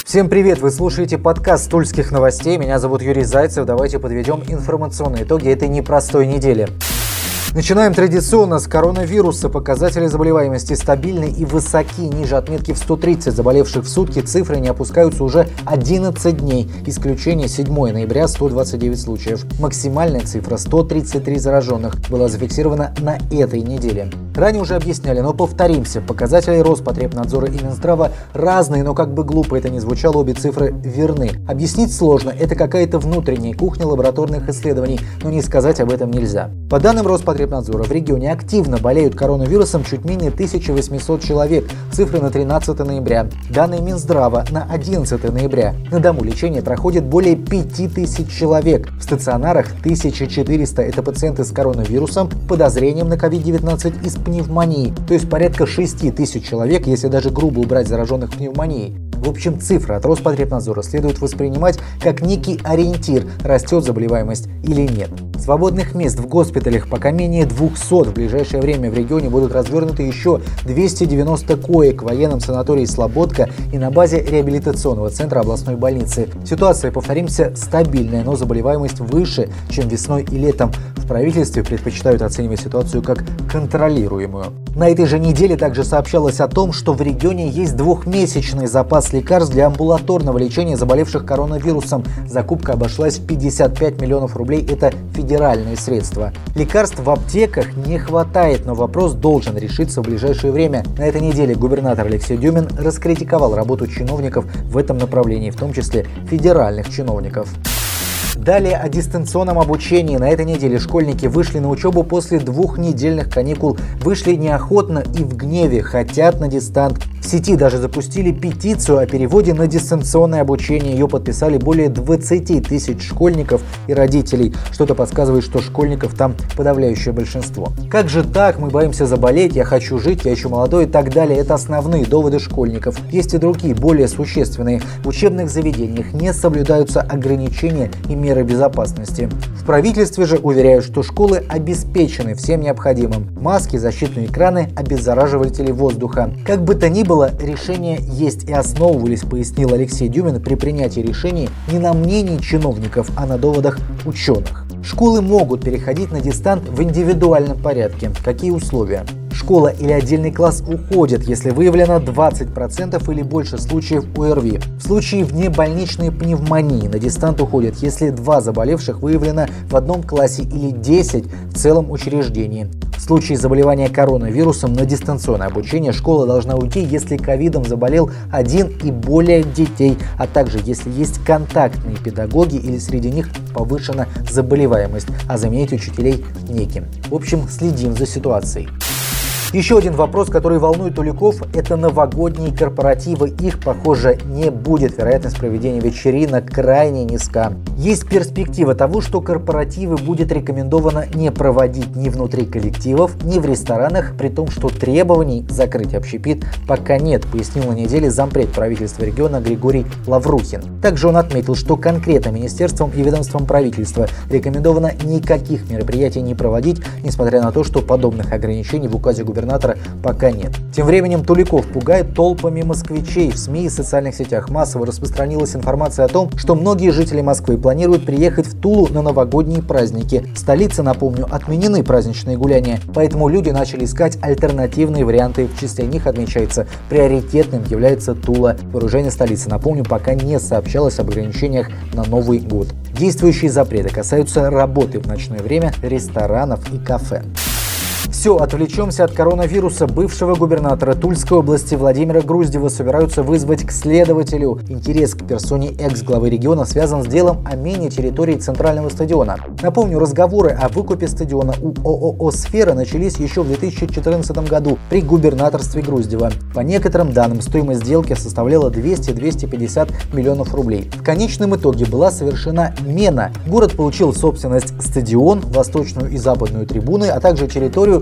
Всем привет! Вы слушаете подкаст Тульских новостей. Меня зовут Юрий Зайцев. Давайте подведем информационные итоги этой непростой недели. Начинаем традиционно с коронавируса. Показатели заболеваемости стабильны и высоки. Ниже отметки в 130 заболевших в сутки цифры не опускаются уже 11 дней. Исключение 7 ноября, 129 случаев. Максимальная цифра 133 зараженных была зафиксирована на этой неделе. Ранее уже объясняли, но повторимся. Показатели Роспотребнадзора и Минздрава разные, но как бы глупо это ни звучало, обе цифры верны. Объяснить сложно. Это какая-то внутренняя кухня лабораторных исследований, но не сказать об этом нельзя. По данным Роспотребнадзора, в регионе активно болеют коронавирусом чуть менее 1800 человек. Цифры на 13 ноября. Данные Минздрава на 11 ноября. На дому лечения проходит более 5000 человек. В стационарах 1400 – это пациенты с коронавирусом, подозрением на COVID-19 и с пневмонией. То есть порядка 6000 человек, если даже грубо убрать зараженных пневмонией. В общем, цифры от Роспотребнадзора следует воспринимать как некий ориентир, растет заболеваемость или нет. Свободных мест в госпиталях пока менее 200. В ближайшее время в регионе будут развернуты еще 290 коек в военном санатории «Слободка» и на базе реабилитационного центра областной больницы. Ситуация, повторимся, стабильная, но заболеваемость выше, чем весной и летом. В правительстве предпочитают оценивать ситуацию как контролируемую. На этой же неделе также сообщалось о том, что в регионе есть двухмесячный запас лекарств для амбулаторного лечения заболевших коронавирусом. Закупка обошлась в 55 миллионов рублей. Это федеральные средства. Лекарств в аптеках не хватает, но вопрос должен решиться в ближайшее время. На этой неделе губернатор Алексей Дюмин раскритиковал работу чиновников в этом направлении, в том числе федеральных чиновников. Далее о дистанционном обучении. На этой неделе школьники вышли на учебу после двухнедельных каникул. Вышли неохотно и в гневе, хотят на дистант. В сети даже запустили петицию о переводе на дистанционное обучение. Ее подписали более 20 тысяч школьников и родителей. Что-то подсказывает, что школьников там подавляющее большинство. Как же так? Мы боимся заболеть, я хочу жить, я еще молодой и так далее. Это основные доводы школьников. Есть и другие, более существенные. В учебных заведениях не соблюдаются ограничения и меры безопасности. В правительстве же уверяют, что школы обеспечены всем необходимым. Маски, защитные экраны, обеззараживатели воздуха. Как бы то ни было, решения есть и основывались, пояснил Алексей Дюмин, при принятии решений не на мнении чиновников, а на доводах ученых. Школы могут переходить на дистант в индивидуальном порядке. Какие условия? Школа или отдельный класс уходят, если выявлено 20% или больше случаев ОРВИ. В случае внебольничной пневмонии на дистант уходят, если 2 заболевших выявлено в одном классе или 10 в целом учреждении. В случае заболевания коронавирусом на дистанционное обучение школа должна уйти, если ковидом заболел 1 и более детей, а также если есть контактные педагоги или среди них повышена заболеваемость, а заменить учителей неким. В общем, следим за ситуацией. Еще один вопрос, который волнует туликов, это новогодние корпоративы. Их, похоже, не будет. Вероятность проведения вечеринок крайне низка. Есть перспектива того, что корпоративы будет рекомендовано не проводить ни внутри коллективов, ни в ресторанах, при том, что требований закрыть общепит пока нет, пояснил на неделе зампред правительства региона Григорий Лаврухин. Также он отметил, что конкретно министерством и ведомством правительства рекомендовано никаких мероприятий не проводить, несмотря на то, что подобных ограничений в указе губернатора пока нет. Тем временем туликов пугает толпами москвичей. В СМИ и социальных сетях массово распространилась информация о том, что многие жители Москвы планируют приехать в Тулу на новогодние праздники. В столице, напомню, отменены праздничные гуляния, поэтому люди начали искать альтернативные варианты. В числе них, отмечается, приоритетным является Тула. В оружейной столице, напомню, пока не сообщалось об ограничениях на Новый год. Действующие запреты касаются работы в ночное время, ресторанов и кафе. Все, отвлечемся от коронавируса. Бывшего губернатора Тульской области Владимира Груздева собираются вызвать к следователю. Интерес к персоне экс-главы региона связан с делом о мене территории Центрального стадиона. Напомню, разговоры о выкупе стадиона у ООО «Сфера» начались еще в 2014 году при губернаторстве Груздева. По некоторым данным, стоимость сделки составляла 200-250 миллионов рублей. В конечном итоге была совершена мена. Город получил в собственность стадион, восточную и западную трибуны, а также территорию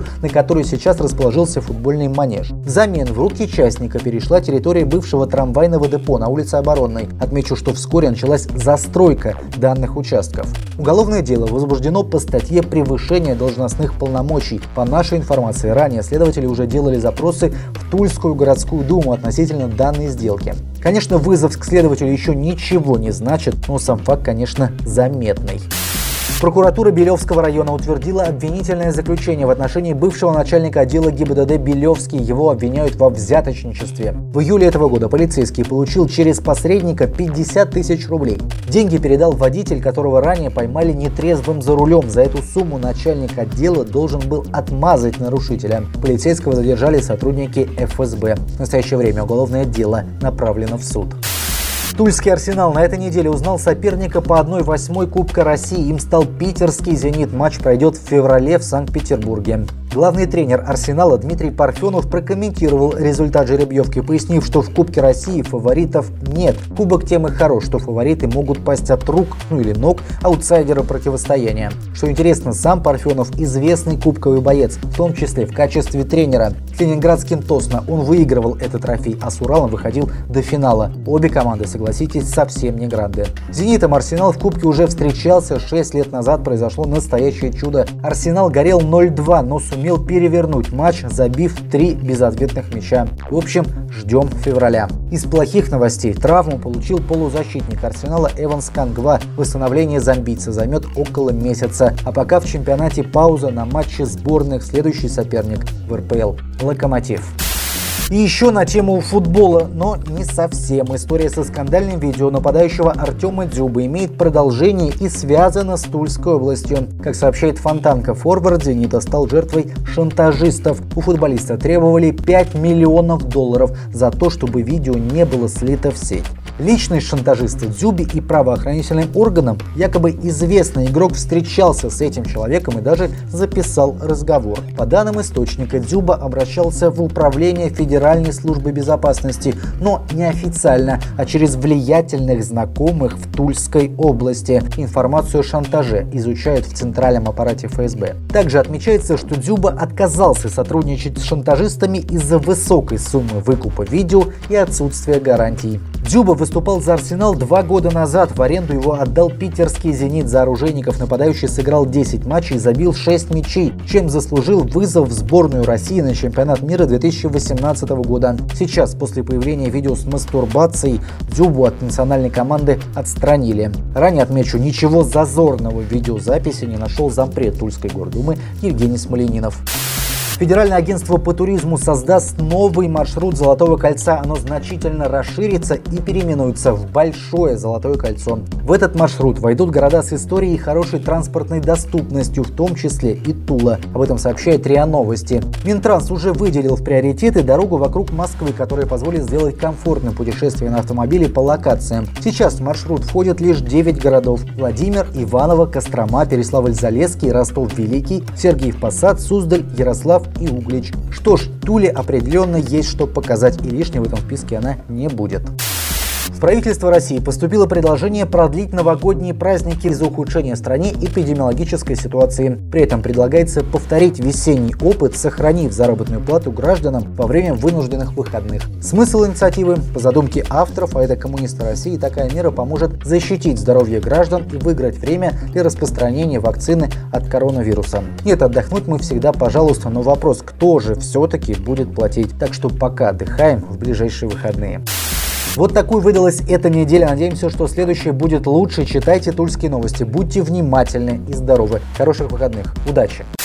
землю, на которой сейчас расположился футбольный манеж. Взамен в руки частника перешла территория бывшего трамвайного депо на улице Оборонной. Отмечу, что вскоре началась застройка данных участков. Уголовное дело возбуждено по статье «Превышение должностных полномочий». По нашей информации, ранее следователи уже делали запросы в Тульскую городскую думу относительно данной сделки. Конечно, вызов к следователю еще ничего не значит, но сам факт, конечно, заметный. Прокуратура Белевского района утвердила обвинительное заключение в отношении бывшего начальника отдела ГИБДД Белевский. Его обвиняют во взяточничестве. В июле этого года полицейский получил через посредника 50 тысяч рублей. Деньги передал водитель, которого ранее поймали нетрезвым за рулем. За эту сумму начальник отдела должен был отмазать нарушителя. Полицейского задержали сотрудники ФСБ. В настоящее время уголовное дело направлено в суд. Тульский «Арсенал» на этой неделе узнал соперника по 1/8 Кубка России. Им стал питерский «Зенит». Матч пройдет в феврале в Санкт-Петербурге. Главный тренер «Арсенала» Дмитрий Парфенов прокомментировал результат жеребьевки, пояснив, что в Кубке России фаворитов нет. Кубок тем и хорош, что фавориты могут пасть от рук, или ног аутсайдера противостояния. Что интересно, сам Парфенов известный кубковый боец, в том числе в качестве тренера. С ленинградским «Тосно» он выигрывал этот трофей, а с Уралом выходил до финала. Обе команды, согласитесь, совсем не гранды. С «Зенитом» «Арсенал» в Кубке уже встречался. 6 лет назад произошло настоящее чудо. «Арсенал» горел 0-2, но сумел перевернуть матч, забив 3 безответных мяча. В общем, ждем февраля. Из плохих новостей: травму получил полузащитник «Арсенала» Эванс Кангва. Восстановление зомбийца займет около месяца. А пока в чемпионате пауза на матче сборных. Следующий соперник в РПЛ – «Локомотив». И еще на тему футбола, но не совсем. История со скандальным видео нападающего Артема Дзюбы имеет продолжение и связана с Тульской областью. Как сообщает Фонтанка, форвард «Зенита» стал жертвой шантажистов. У футболиста требовали $5 миллионов за то, чтобы видео не было слито в сеть. Личность шантажиста Дзюбе и правоохранительным органам якобы известный игрок встречался с этим человеком и даже записал разговор. По данным источника, Дзюба обращался в управление Федеральной службы безопасности, но не официально, а через влиятельных знакомых в Тульской области. Информацию о шантаже изучают в центральном аппарате ФСБ. Также отмечается, что Дзюба отказался сотрудничать с шантажистами из-за высокой суммы выкупа видео и отсутствия гарантий. Дзюба выступал за «Арсенал» 2 года назад. В аренду его отдал питерский «Зенит». За оружейников нападающий сыграл 10 матчей и забил 6 мячей, чем заслужил вызов в сборную России на чемпионат мира 2018 года. Сейчас, после появления видео с мастурбацией, Дзюбу от национальной команды отстранили. Ранее отмечу, ничего зазорного в видеозаписи не нашел зампред Тульской гордумы Евгений Смоленинов. Федеральное агентство по туризму создаст новый маршрут Золотого кольца. Оно значительно расширится и переименуется в Большое Золотое кольцо. В этот маршрут войдут города с историей и хорошей транспортной доступностью, в том числе и Тула. Об этом сообщает РИА Новости. Минтранс уже выделил в приоритеты дорогу вокруг Москвы, которая позволит сделать комфортным путешествие на автомобиле по локациям. Сейчас в маршрут входят лишь 9 городов: Владимир, Иваново, Кострома, Переславль-Залесский, Ростов-Великий, Сергиев-Посад, Суздаль, Ярослав и Углич. Что ж, Туле определенно есть что показать, и лишней в этом списке она не будет. В правительство России поступило предложение продлить новогодние праздники из-за ухудшения в стране эпидемиологической ситуации. При этом предлагается повторить весенний опыт, сохранив заработную плату гражданам во время вынужденных выходных. Смысл инициативы: по задумке авторов, а это коммунисты России, такая мера поможет защитить здоровье граждан и выиграть время для распространения вакцины от коронавируса. Нет, отдохнуть мы всегда, пожалуйста, но вопрос, кто же все-таки будет платить. Так что пока отдыхаем в ближайшие выходные. Вот такой выдалась эта неделя. Надеемся, что следующая будет лучше. Читайте тульские новости. Будьте внимательны и здоровы. Хороших выходных. Удачи!